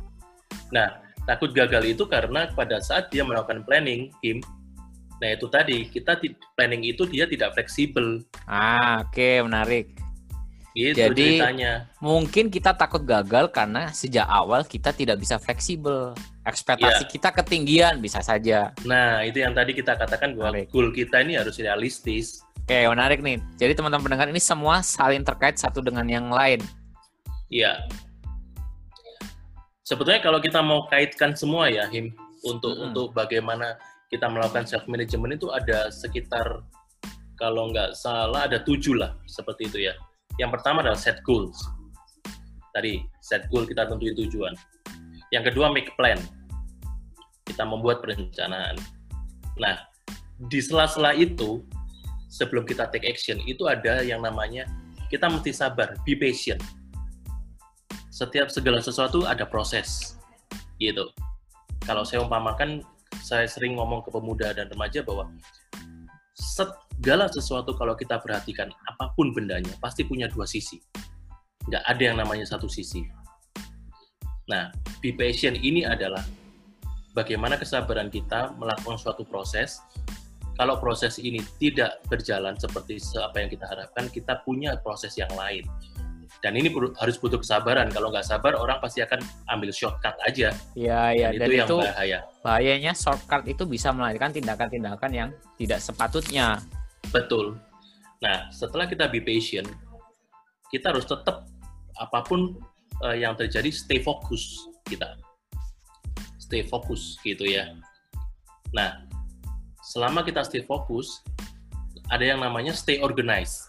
Nah, takut gagal itu karena pada saat dia melakukan planning, Kim, nah itu tadi, kita planning itu dia tidak fleksibel. Ah, oke, okay, menarik. Gitu Jadi, ceritanya. Mungkin kita takut gagal karena sejak awal kita tidak bisa fleksibel. Ekspektasi ya. Kita ketinggian, bisa saja. Nah, itu yang tadi kita katakan bahwa menarik. Goal kita ini harus realistis. Oke, okay, menarik nih. Jadi teman-teman pendengar ini semua saling terkait satu dengan yang lain. Iya. Sebetulnya kalau kita mau kaitkan semua ya, Him, untuk hmm. untuk bagaimana kita melakukan self management itu ada sekitar, kalau nggak salah ada tujuh lah seperti itu ya. Yang pertama adalah set goals. Tadi set goal, kita tentuin tujuan. Yang kedua make plan. Kita membuat perencanaan. Nah, di sela-sela itu sebelum kita take action itu ada yang namanya kita mesti sabar, be patient. Setiap segala sesuatu ada proses, gitu. Kalau saya umpamakan, saya sering ngomong ke pemuda dan remaja bahwa segala sesuatu kalau kita perhatikan, apapun bendanya, pasti punya dua sisi. Nggak ada yang namanya satu sisi. Nah, be patient ini adalah bagaimana kesabaran kita melakukan suatu proses. Kalau proses ini tidak berjalan seperti apa yang kita harapkan, kita punya proses yang lain. Dan ini harus butuh kesabaran. Kalau nggak sabar, orang pasti akan ambil shortcut aja. Iya, iya. Dan, dan itu yang itu bahaya. Bahayanya shortcut itu bisa melahirkan tindakan-tindakan yang tidak sepatutnya. Betul. Nah, setelah kita be patient, kita harus tetap apapun uh, yang terjadi, stay fokus kita. Stay fokus gitu ya. Nah, selama kita stay fokus, ada yang namanya stay organized.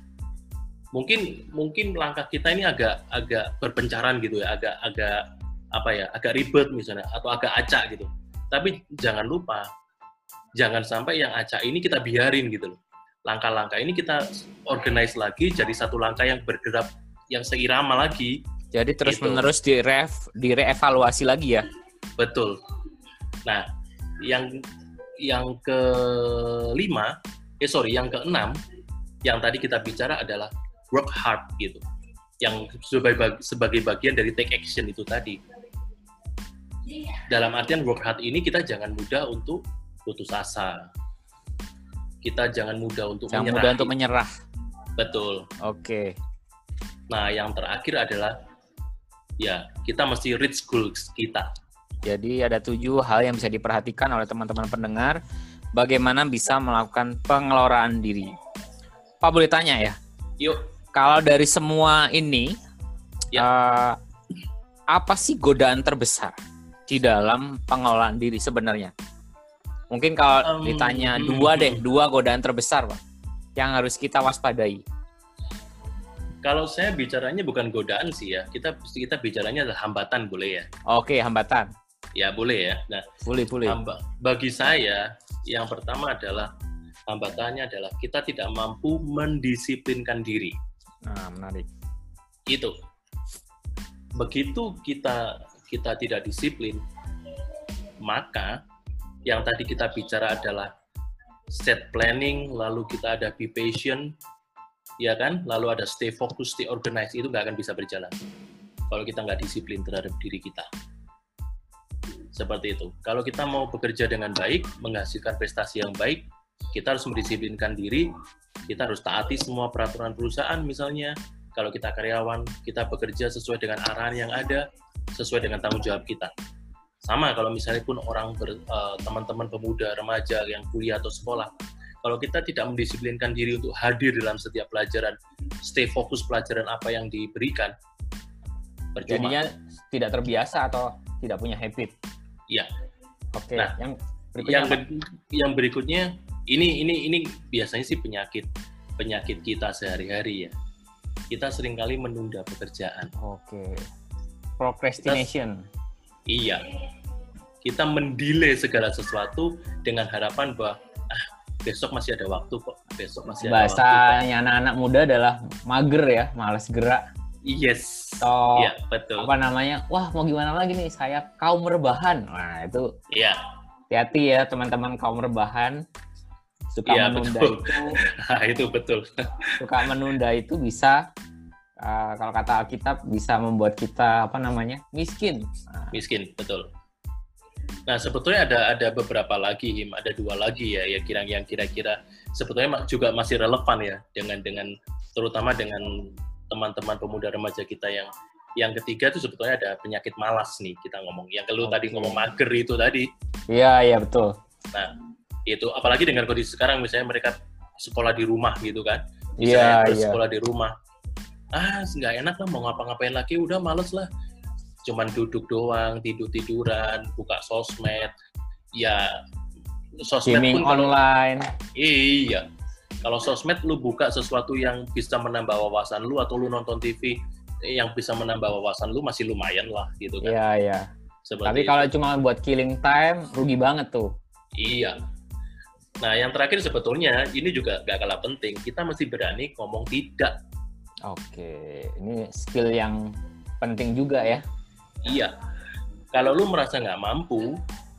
Mungkin mungkin langkah kita ini agak agak berpencaran gitu ya, agak agak apa ya, agak ribet misalnya atau agak acak gitu. Tapi jangan lupa, jangan sampai yang acak ini kita biarin gitu loh. langkah-langkah ini kita organize lagi jadi satu langkah yang bergerak, yang seirama lagi. Jadi terus Gitu. menerus diref, direevaluasi lagi ya. Betul. Nah, yang yang kelima, eh sorry, yang keenam, yang tadi kita bicara adalah work hard gitu. Yang sebagai sebagai bagian dari take action itu tadi. Dalam artian work hard ini kita jangan mudah untuk putus asa. Kita jangan mudah untuk Jangan menyerah. mudah untuk menyerah. Betul. Oke. Nah, yang terakhir adalah ya kita mesti reach goals kita. Jadi ada tujuh hal yang bisa diperhatikan oleh teman-teman pendengar bagaimana bisa melakukan pengelolaan diri. Pak boleh tanya ya? Yuk. Kalau dari semua ini, Ya. eh, apa sih godaan terbesar di dalam pengelolaan diri sebenarnya? Mungkin kalau Um, ditanya hmm, dua hmm. deh, dua godaan terbesar, Pak, yang harus kita waspadai. Kalau saya bicaranya bukan godaan sih ya. Kita kita bicaranya adalah hambatan, boleh ya? Oke, hambatan. Ya, boleh ya. Nah, Boleh, boleh. hamba, bagi saya yang pertama adalah hambatannya adalah kita tidak mampu mendisiplinkan diri. Nah, menarik. Itu. Begitu kita kita tidak disiplin, maka yang tadi kita bicara adalah set planning, lalu kita ada be patient, ya kan? Lalu ada stay focus, stay organized, itu nggak akan bisa berjalan kalau kita nggak disiplin terhadap diri kita. Seperti itu. Kalau kita mau bekerja dengan baik, menghasilkan prestasi yang baik, kita harus mendisiplinkan diri, kita harus taati semua peraturan perusahaan misalnya. Kalau kita karyawan, kita bekerja sesuai dengan arahan yang ada, sesuai dengan tanggung jawab kita. Sama kalau misalnya pun orang ber, uh, teman-teman pemuda, remaja yang kuliah atau sekolah, kalau kita tidak mendisiplinkan diri untuk hadir dalam setiap pelajaran, stay fokus pelajaran apa yang diberikan, percuma. Jadinya tidak terbiasa atau tidak punya habit. Iya. Oke, Nah, yang berikutnya Yang apa? ber- yang berikutnya ini ini ini biasanya sih penyakit penyakit kita sehari-hari ya. Kita seringkali menunda pekerjaan. Oke. Procrastination. Iya. Kita mendelay segala sesuatu dengan harapan bahwa ah, besok masih ada waktu kok. Besok masih ada waktu. Bahasanya anak-anak muda adalah mager ya, malas gerak. Yes. Atau Iya, betul. apa namanya? Wah, mau gimana lagi nih? Saya kaum rebahan. Nah, itu Iya. hati-hati ya teman-teman kaum rebahan. Suka Iya, menunda betul. itu, Nah, itu betul. suka menunda itu bisa uh, kalau kata Alkitab bisa membuat kita apa namanya? Miskin. Nah, Miskin, betul. Nah, sebetulnya ada ada beberapa lagi, Him, ada dua lagi ya, ya kira yang kira-kira sebetulnya ma- juga masih relevan ya dengan dengan terutama dengan teman-teman pemuda remaja kita yang yang ketiga itu sebetulnya ada penyakit malas nih kita ngomong. Yang lu Oke. tadi ngomong mager itu tadi. Iya, iya betul. Nah, itu apalagi dengan kondisi sekarang misalnya mereka sekolah di rumah gitu kan. Iya, Misalnya iya. sekolah di rumah. Ah, nggak enak lah mau ngapa-ngapain lagi, udah males lah. Cuman duduk doang, tidur-tiduran, buka sosmed. Ya, sosmed Gaming pun kalau online. iya. Kalau sosmed lu buka sesuatu yang bisa menambah wawasan lu atau lu nonton T V yang bisa menambah wawasan lu masih lumayan lah gitu kan. Iya, iya. Seperti Tapi itu. kalau cuma buat killing time, rugi banget tuh. Iya. Nah, yang terakhir sebetulnya ini juga gak kalah penting. Kita mesti berani ngomong tidak. Oke, ini skill yang penting juga ya. Iya. Kalau lu merasa nggak mampu,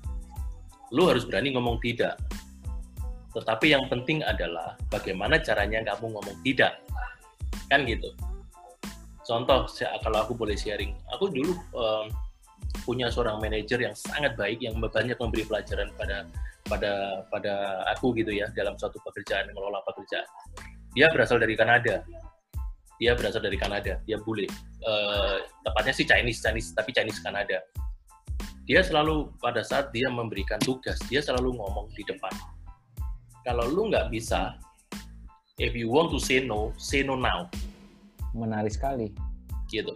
lu harus berani ngomong tidak. Tetapi yang penting adalah bagaimana caranya kamu ngomong tidak. Kan gitu. Contoh, saya- kalau aku boleh sharing. Aku dulu um, punya seorang manajer yang sangat baik, yang banyak memberi pelajaran pada pada pada aku gitu ya, dalam suatu pekerjaan, mengelola pekerjaan. Dia berasal dari Kanada. Dia berasal dari Kanada. Dia bule. Uh, tepatnya sih Chinese, Chinese, tapi Chinese Kanada. Dia selalu, pada saat dia memberikan tugas, dia selalu ngomong di depan. Kalau lu nggak bisa, if you want to say no, say no now. Menarik sekali. Gitu.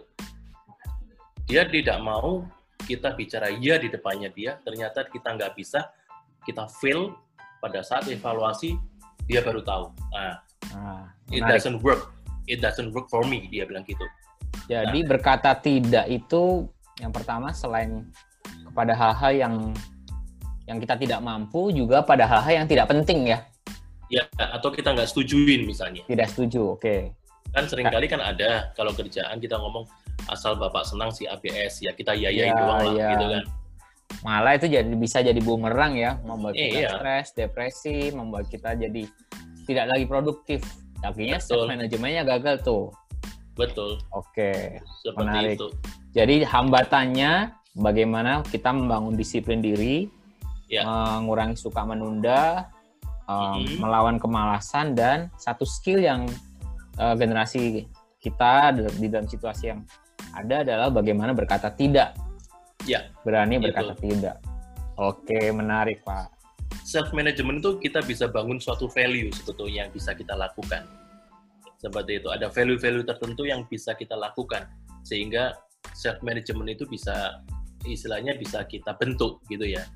Dia tidak mau kita bicara iya di depannya dia, ternyata kita nggak bisa, kita fail, pada saat evaluasi, dia baru tahu. Nah, Nah, it menarik. doesn't work. It doesn't work for me, dia bilang gitu. Jadi berkata tidak itu yang pertama selain kepada hal-hal yang yang kita tidak mampu, juga pada hal-hal yang tidak penting ya. Ya, atau kita nggak setujuin misalnya. Tidak setuju, oke. Okay. Kan seringkali kan ada, kalau kerjaan kita ngomong, asal Bapak senang si A B S, ya kita yayain Ya, doang lah, ya. gitu kan. Malah itu jadi bisa jadi bumerang ya, membuat kita Iya. stres, depresi, membuat kita jadi tidak lagi produktif. Akhirnya self manajemennya gagal tuh. Betul. Oke, Seperti menarik. itu. Jadi hambatannya bagaimana kita membangun disiplin diri, Ya. mengurangi suka menunda, um, Mhm. melawan kemalasan, dan satu skill yang uh, generasi kita di dalam situasi yang ada adalah bagaimana berkata tidak. Ya. Berani Gitu. berkata tidak. Oke, menarik Pak. Self management itu kita bisa bangun suatu value sebetulnya yang bisa kita lakukan. Seperti itu, ada value-value tertentu yang bisa kita lakukan sehingga self management itu bisa istilahnya bisa kita bentuk gitu ya.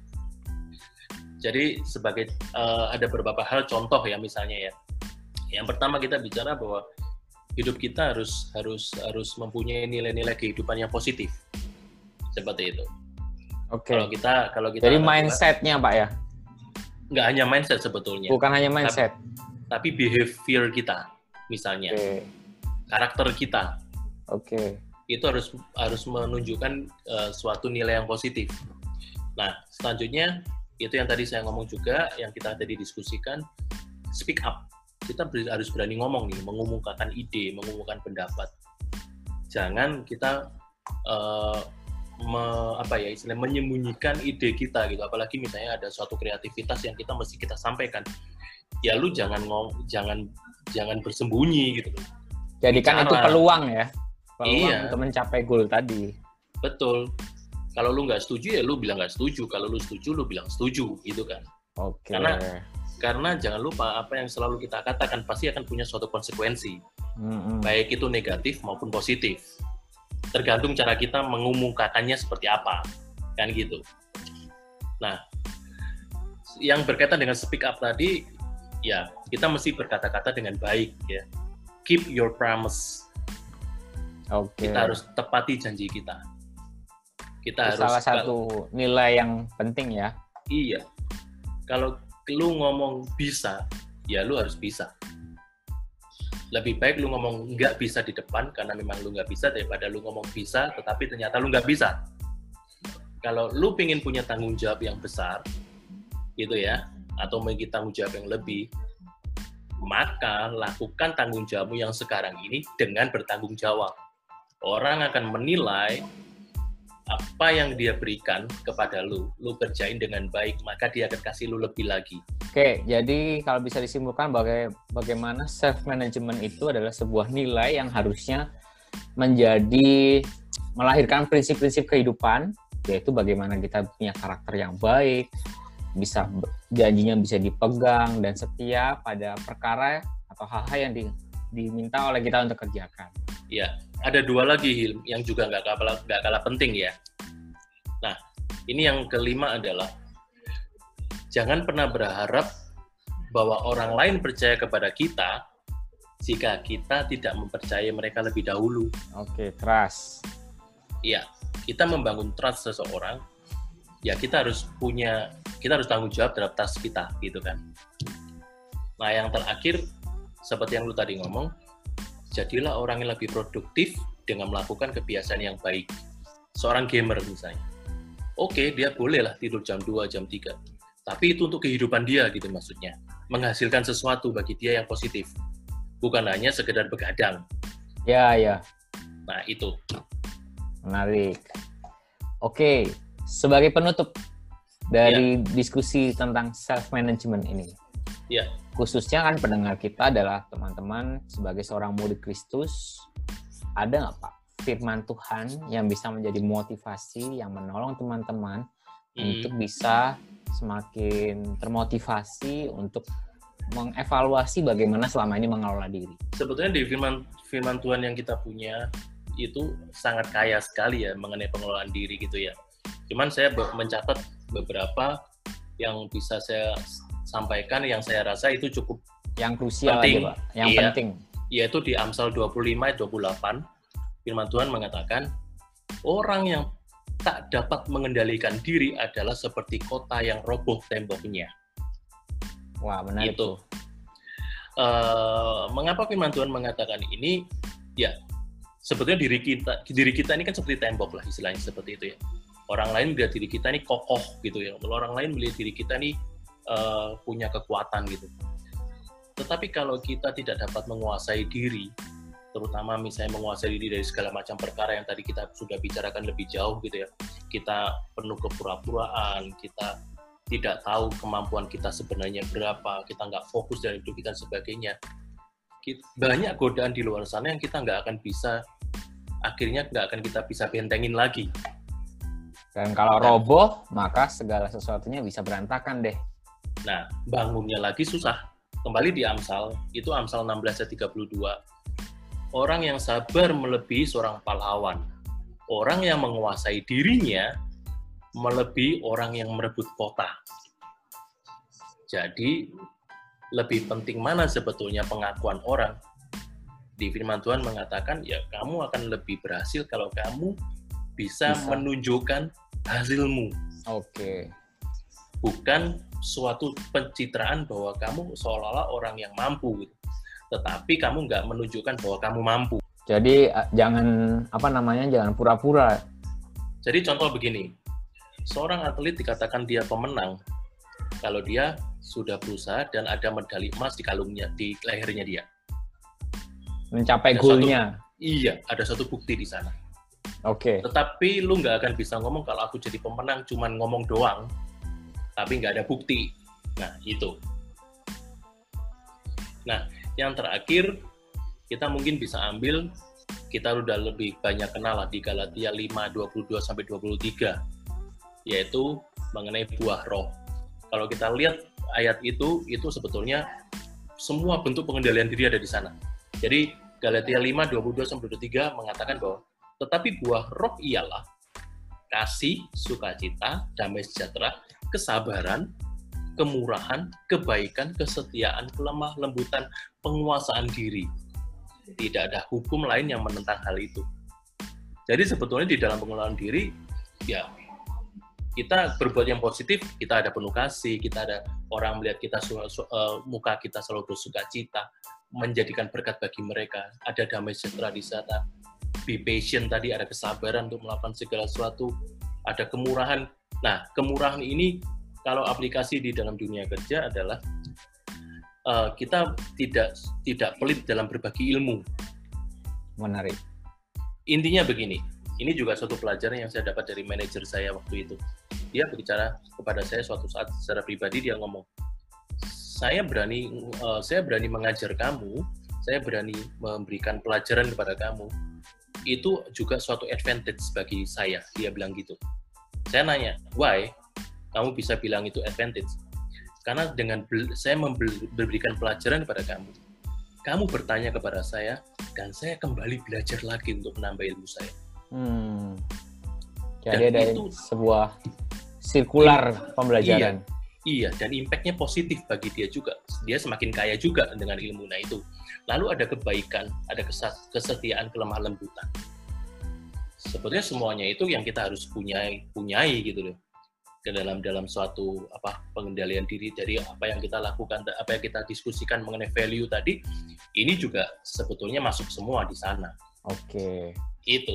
Jadi sebagai uh, ada beberapa hal contoh ya misalnya ya. Yang pertama kita bicara bahwa hidup kita harus harus harus mempunyai nilai-nilai kehidupan yang positif. Seperti itu. Oke. Kalau kita kalau kita Jadi mindset-nya Pak ya? nggak hanya mindset sebetulnya. Bukan hanya mindset. Tapi behavior kita misalnya, Oke. karakter kita Oke. itu harus harus menunjukkan uh, suatu nilai yang positif. Nah, selanjutnya itu yang tadi saya ngomong juga, yang kita tadi diskusikan, speak up. Kita ber- harus berani ngomong nih, mengumumkakan ide, mengumumkan pendapat. Jangan kita uh, me, apa ya istilahnya menyembunyikan ide kita gitu. Apalagi misalnya ada suatu kreativitas yang kita mesti kita sampaikan. Ya lu jangan ngom, jangan jangan bersembunyi gitu. Jadikan itu Bicara. peluang ya. Peluang Iya. untuk mencapai goal tadi. Betul. Kalau lu nggak setuju ya lu bilang nggak setuju. Kalau lu setuju lu bilang setuju gitu kan. Oke. Karena karena jangan lupa apa yang selalu kita katakan pasti akan punya suatu konsekuensi. Mm-mm. Baik itu negatif maupun positif. Tergantung cara kita mengumumkakannya seperti apa. Kan gitu. Nah, yang berkaitan dengan speak up tadi, ya kita mesti berkata-kata dengan baik ya. Keep your promise. Oke. Kita harus tepati janji kita. Kita Itu harus salah satu nilai yang penting ya. Iya. Kalau lu ngomong bisa, ya lu harus bisa. Lebih baik lu ngomong nggak bisa di depan karena memang lu nggak bisa daripada lu ngomong bisa tetapi ternyata lu nggak bisa. Kalau lu pengen punya tanggung jawab yang besar, gitu ya, atau memiliki tanggung jawab yang lebih, maka lakukan tanggung jawabmu yang sekarang ini dengan bertanggung jawab. Orang akan menilai apa yang dia berikan kepada lu, lu kerjain dengan baik, maka dia akan kasih lu lebih lagi. Oke, jadi kalau bisa disimpulkan baga- bagaimana self management itu adalah sebuah nilai yang harusnya menjadi melahirkan prinsip-prinsip kehidupan, yaitu bagaimana kita punya karakter yang baik, bisa janjinya bisa dipegang dan setia pada perkara atau hal-hal yang di, diminta oleh kita untuk kerjakan. Ya, ada dua lagi Hilm yang juga nggak kalah nggak kalah penting ya. Nah, ini yang kelima adalah jangan pernah berharap bahwa orang lain percaya kepada kita jika kita tidak mempercayai mereka lebih dahulu. Oke, trust. Iya, kita membangun trust seseorang, ya kita harus punya, kita harus tanggung jawab terhadap trust kita, gitu kan. Nah, yang terakhir, seperti yang lu tadi ngomong, jadilah orang yang lebih produktif dengan melakukan kebiasaan yang baik. Seorang gamer misalnya. Oke, dia bolehlah tidur jam dua, jam tiga. Tapi itu untuk kehidupan dia gitu maksudnya. Menghasilkan sesuatu bagi dia yang positif. Bukan hanya sekedar begadang. Ya, ya. Nah, itu. Menarik. Oke, sebagai penutup dari diskusi tentang self management ini. Ya. Khususnya kan pendengar kita adalah teman-teman sebagai seorang murid Kristus. Ada nggak Pak firman Tuhan yang bisa menjadi motivasi yang menolong teman-teman hmm. untuk bisa semakin termotivasi untuk mengevaluasi bagaimana selama ini mengelola diri? Sebetulnya di firman firman Tuhan yang kita punya itu sangat kaya sekali ya mengenai pengelolaan diri gitu ya. Cuman saya be- mencatat beberapa yang bisa saya sampaikan yang saya rasa itu cukup yang krusial penting, aja Pak, yang iya, penting. Yaitu di Amsal dua puluh lima ayat dua puluh delapan, firman Tuhan mengatakan, orang yang tak dapat mengendalikan diri adalah seperti kota yang roboh temboknya. Wah, menarik Itu. tuh. uh, mengapa firman Tuhan mengatakan ini? Ya, sebetulnya diri kita, diri kita ini kan seperti tembok lah, istilahnya seperti itu ya. Orang lain melihat diri kita ini kokoh gitu ya. Orang lain melihat diri kita ini uh, punya kekuatan gitu. Tetapi kalau kita tidak dapat menguasai diri, terutama misalnya menguasai diri dari segala macam perkara yang tadi kita sudah bicarakan lebih jauh gitu ya. Kita penuh kepura-puraan, kita tidak tahu kemampuan kita sebenarnya berapa, kita nggak fokus dalam hidup kita dan sebagainya. Banyak godaan di luar sana yang kita nggak akan bisa, akhirnya nggak akan kita bisa bentengin lagi. Dan kalau roboh, maka segala sesuatunya bisa berantakan deh. Nah, bangunnya lagi susah. Kembali di Amsal, itu Amsal enam belas ayat tiga puluh dua. Orang yang sabar melebihi seorang pahlawan. Orang yang menguasai dirinya melebihi orang yang merebut kota. Jadi, lebih penting mana sebetulnya pengakuan orang? Di firman Tuhan mengatakan, ya kamu akan lebih berhasil kalau kamu bisa, bisa. menunjukkan hasilmu. Oke. Bukan suatu pencitraan bahwa kamu seolah-olah orang yang mampu, gitu. Tetapi kamu nggak menunjukkan bahwa kamu mampu. Jadi jangan apa namanya, jangan pura-pura. Jadi contoh begini, seorang atlet dikatakan dia pemenang kalau dia sudah berusaha dan ada medali emas di kalungnya, di lehernya dia. Mencapai ada goalnya. Suatu, iya, ada suatu bukti di sana. Oke. Okay. Tetapi lu nggak akan bisa ngomong kalau aku jadi pemenang cuman ngomong doang, tapi nggak ada bukti. Nah, itu. Nah, yang terakhir, kita mungkin bisa ambil, kita udah lebih banyak kenal lah di Galatia lima, dua puluh dua sampai dua puluh tiga, yaitu mengenai buah roh. Kalau kita lihat ayat itu, itu sebetulnya semua bentuk pengendalian diri ada di sana. Jadi Galatia lima, dua puluh dua sampai dua puluh tiga mengatakan bahwa tetapi buah roh ialah kasih, sukacita, damai sejahtera, kesabaran, kemurahan, kebaikan, kesetiaan, kelemah lembutan, penguasaan diri. Tidak ada hukum lain yang menentang hal itu. Jadi sebetulnya di dalam pengelolaan diri, ya kita berbuat yang positif, kita ada penuh kasih, kita ada orang melihat kita uh, muka kita selalu bersuka cita, menjadikan berkat bagi mereka, ada damai sejahtera di sana, be patient tadi, ada kesabaran untuk melakukan segala sesuatu, ada kemurahan. Nah, kemurahan ini kalau aplikasi di dalam dunia kerja adalah uh, kita tidak tidak pelit dalam berbagi ilmu. Menarik. Intinya begini, ini juga suatu pelajaran yang saya dapat dari manajer saya waktu itu. Dia berbicara kepada saya suatu saat secara pribadi, dia ngomong, saya berani uh, saya berani mengajar kamu, saya berani memberikan pelajaran kepada kamu. Itu juga suatu advantage bagi saya, dia bilang gitu. Saya nanya, why? Kamu bisa bilang itu advantage? Karena dengan saya memberikan pelajaran kepada kamu, kamu bertanya kepada saya, dan saya kembali belajar lagi untuk menambah ilmu saya. Hmm. Jadi ada itu, sebuah sirkular iya, pembelajaran. Iya, dan impact-nya positif bagi dia juga. Dia semakin kaya juga dengan ilmu. Nah itu. Lalu ada kebaikan, ada kesetiaan, kelemah lembutan. Sebetulnya semuanya itu yang kita harus punyai, punyai gitu loh. Ke dalam dalam suatu apa pengendalian diri dari apa yang kita lakukan, apa yang kita diskusikan mengenai value tadi, ini juga sebetulnya masuk semua di sana. Oke. Itu.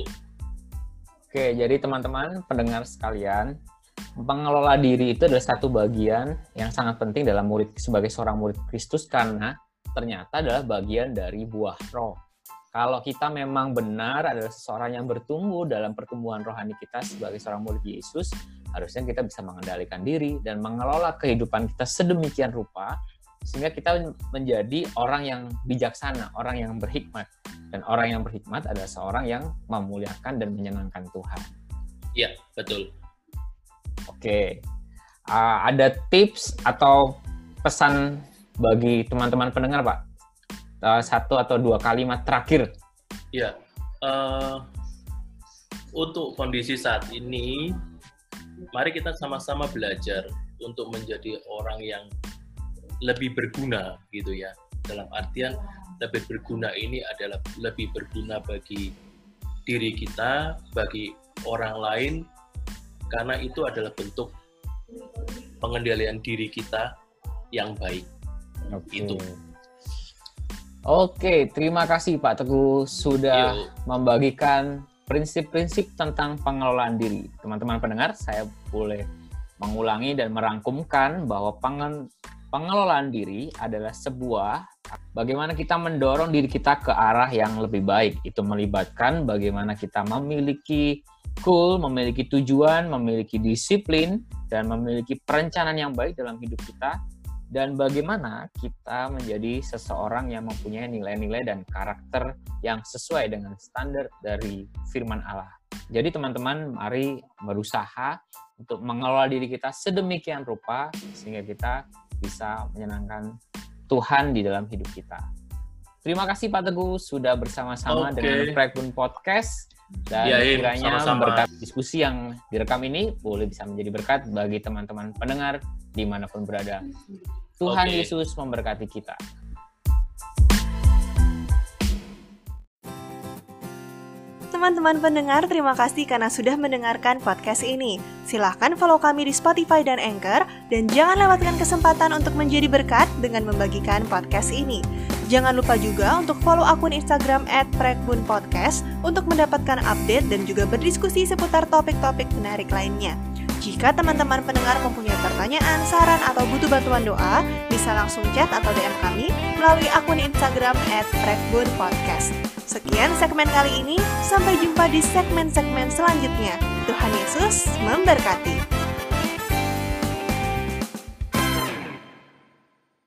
Oke, jadi teman-teman pendengar sekalian, mengelola diri itu adalah satu bagian yang sangat penting dalam murid sebagai seorang murid Kristus karena ternyata adalah bagian dari buah roh. Kalau kita memang benar adalah seseorang yang bertumbuh dalam pertumbuhan rohani kita sebagai seorang murid Yesus, harusnya kita bisa mengendalikan diri dan mengelola kehidupan kita sedemikian rupa sehingga kita menjadi orang yang bijaksana, orang yang berhikmat. Dan orang yang berhikmat adalah seorang yang memuliakan dan menyenangkan Tuhan. Iya, betul. Oke, uh, ada tips atau pesan bagi teman-teman pendengar, Pak? Uh, satu atau dua kalimat terakhir. Iya, uh, untuk kondisi saat ini, mari kita sama-sama belajar untuk menjadi orang yang lebih berguna, gitu ya. Dalam artian, lebih berguna ini adalah lebih berguna bagi diri kita, bagi orang lain, karena itu adalah bentuk pengendalian diri kita yang baik. Oke. Itu. Oke, terima kasih Pak Teguh sudah Yuk. membagikan prinsip-prinsip tentang pengelolaan diri. Teman-teman pendengar, saya boleh mengulangi dan merangkumkan bahwa pengen, pengelolaan diri adalah sebuah bagaimana kita mendorong diri kita ke arah yang lebih baik. Itu melibatkan bagaimana kita memiliki goal, memiliki tujuan, memiliki disiplin, dan memiliki perencanaan yang baik dalam hidup kita. Dan bagaimana kita menjadi seseorang yang mempunyai nilai-nilai dan karakter yang sesuai dengan standar dari firman Allah. Jadi teman-teman, mari berusaha untuk mengelola diri kita sedemikian rupa sehingga kita bisa menyenangkan Tuhan di dalam hidup kita. Terima kasih Pak Teguh sudah bersama-sama Oke. dengan Pragbun Podcast. Dan Ya, Im, kiranya sama-sama. berkat diskusi yang direkam ini boleh bisa menjadi berkat bagi teman-teman pendengar dimanapun berada. Tuhan Oke. Yesus memberkati kita. Teman-teman pendengar, terima kasih karena sudah mendengarkan podcast ini. Silahkan follow kami di Spotify dan Anchor, dan jangan lewatkan kesempatan untuk menjadi berkat dengan membagikan podcast ini. Jangan lupa juga untuk follow akun Instagram at pragbun podcast untuk mendapatkan update dan juga berdiskusi seputar topik-topik menarik lainnya. Jika teman-teman pendengar mempunyai pertanyaan, saran, atau butuh bantuan doa, bisa langsung chat atau D M kami melalui akun Instagram at pragbun podcast. Sekian segmen kali ini, sampai jumpa di segmen-segmen selanjutnya. Tuhan Yesus memberkati.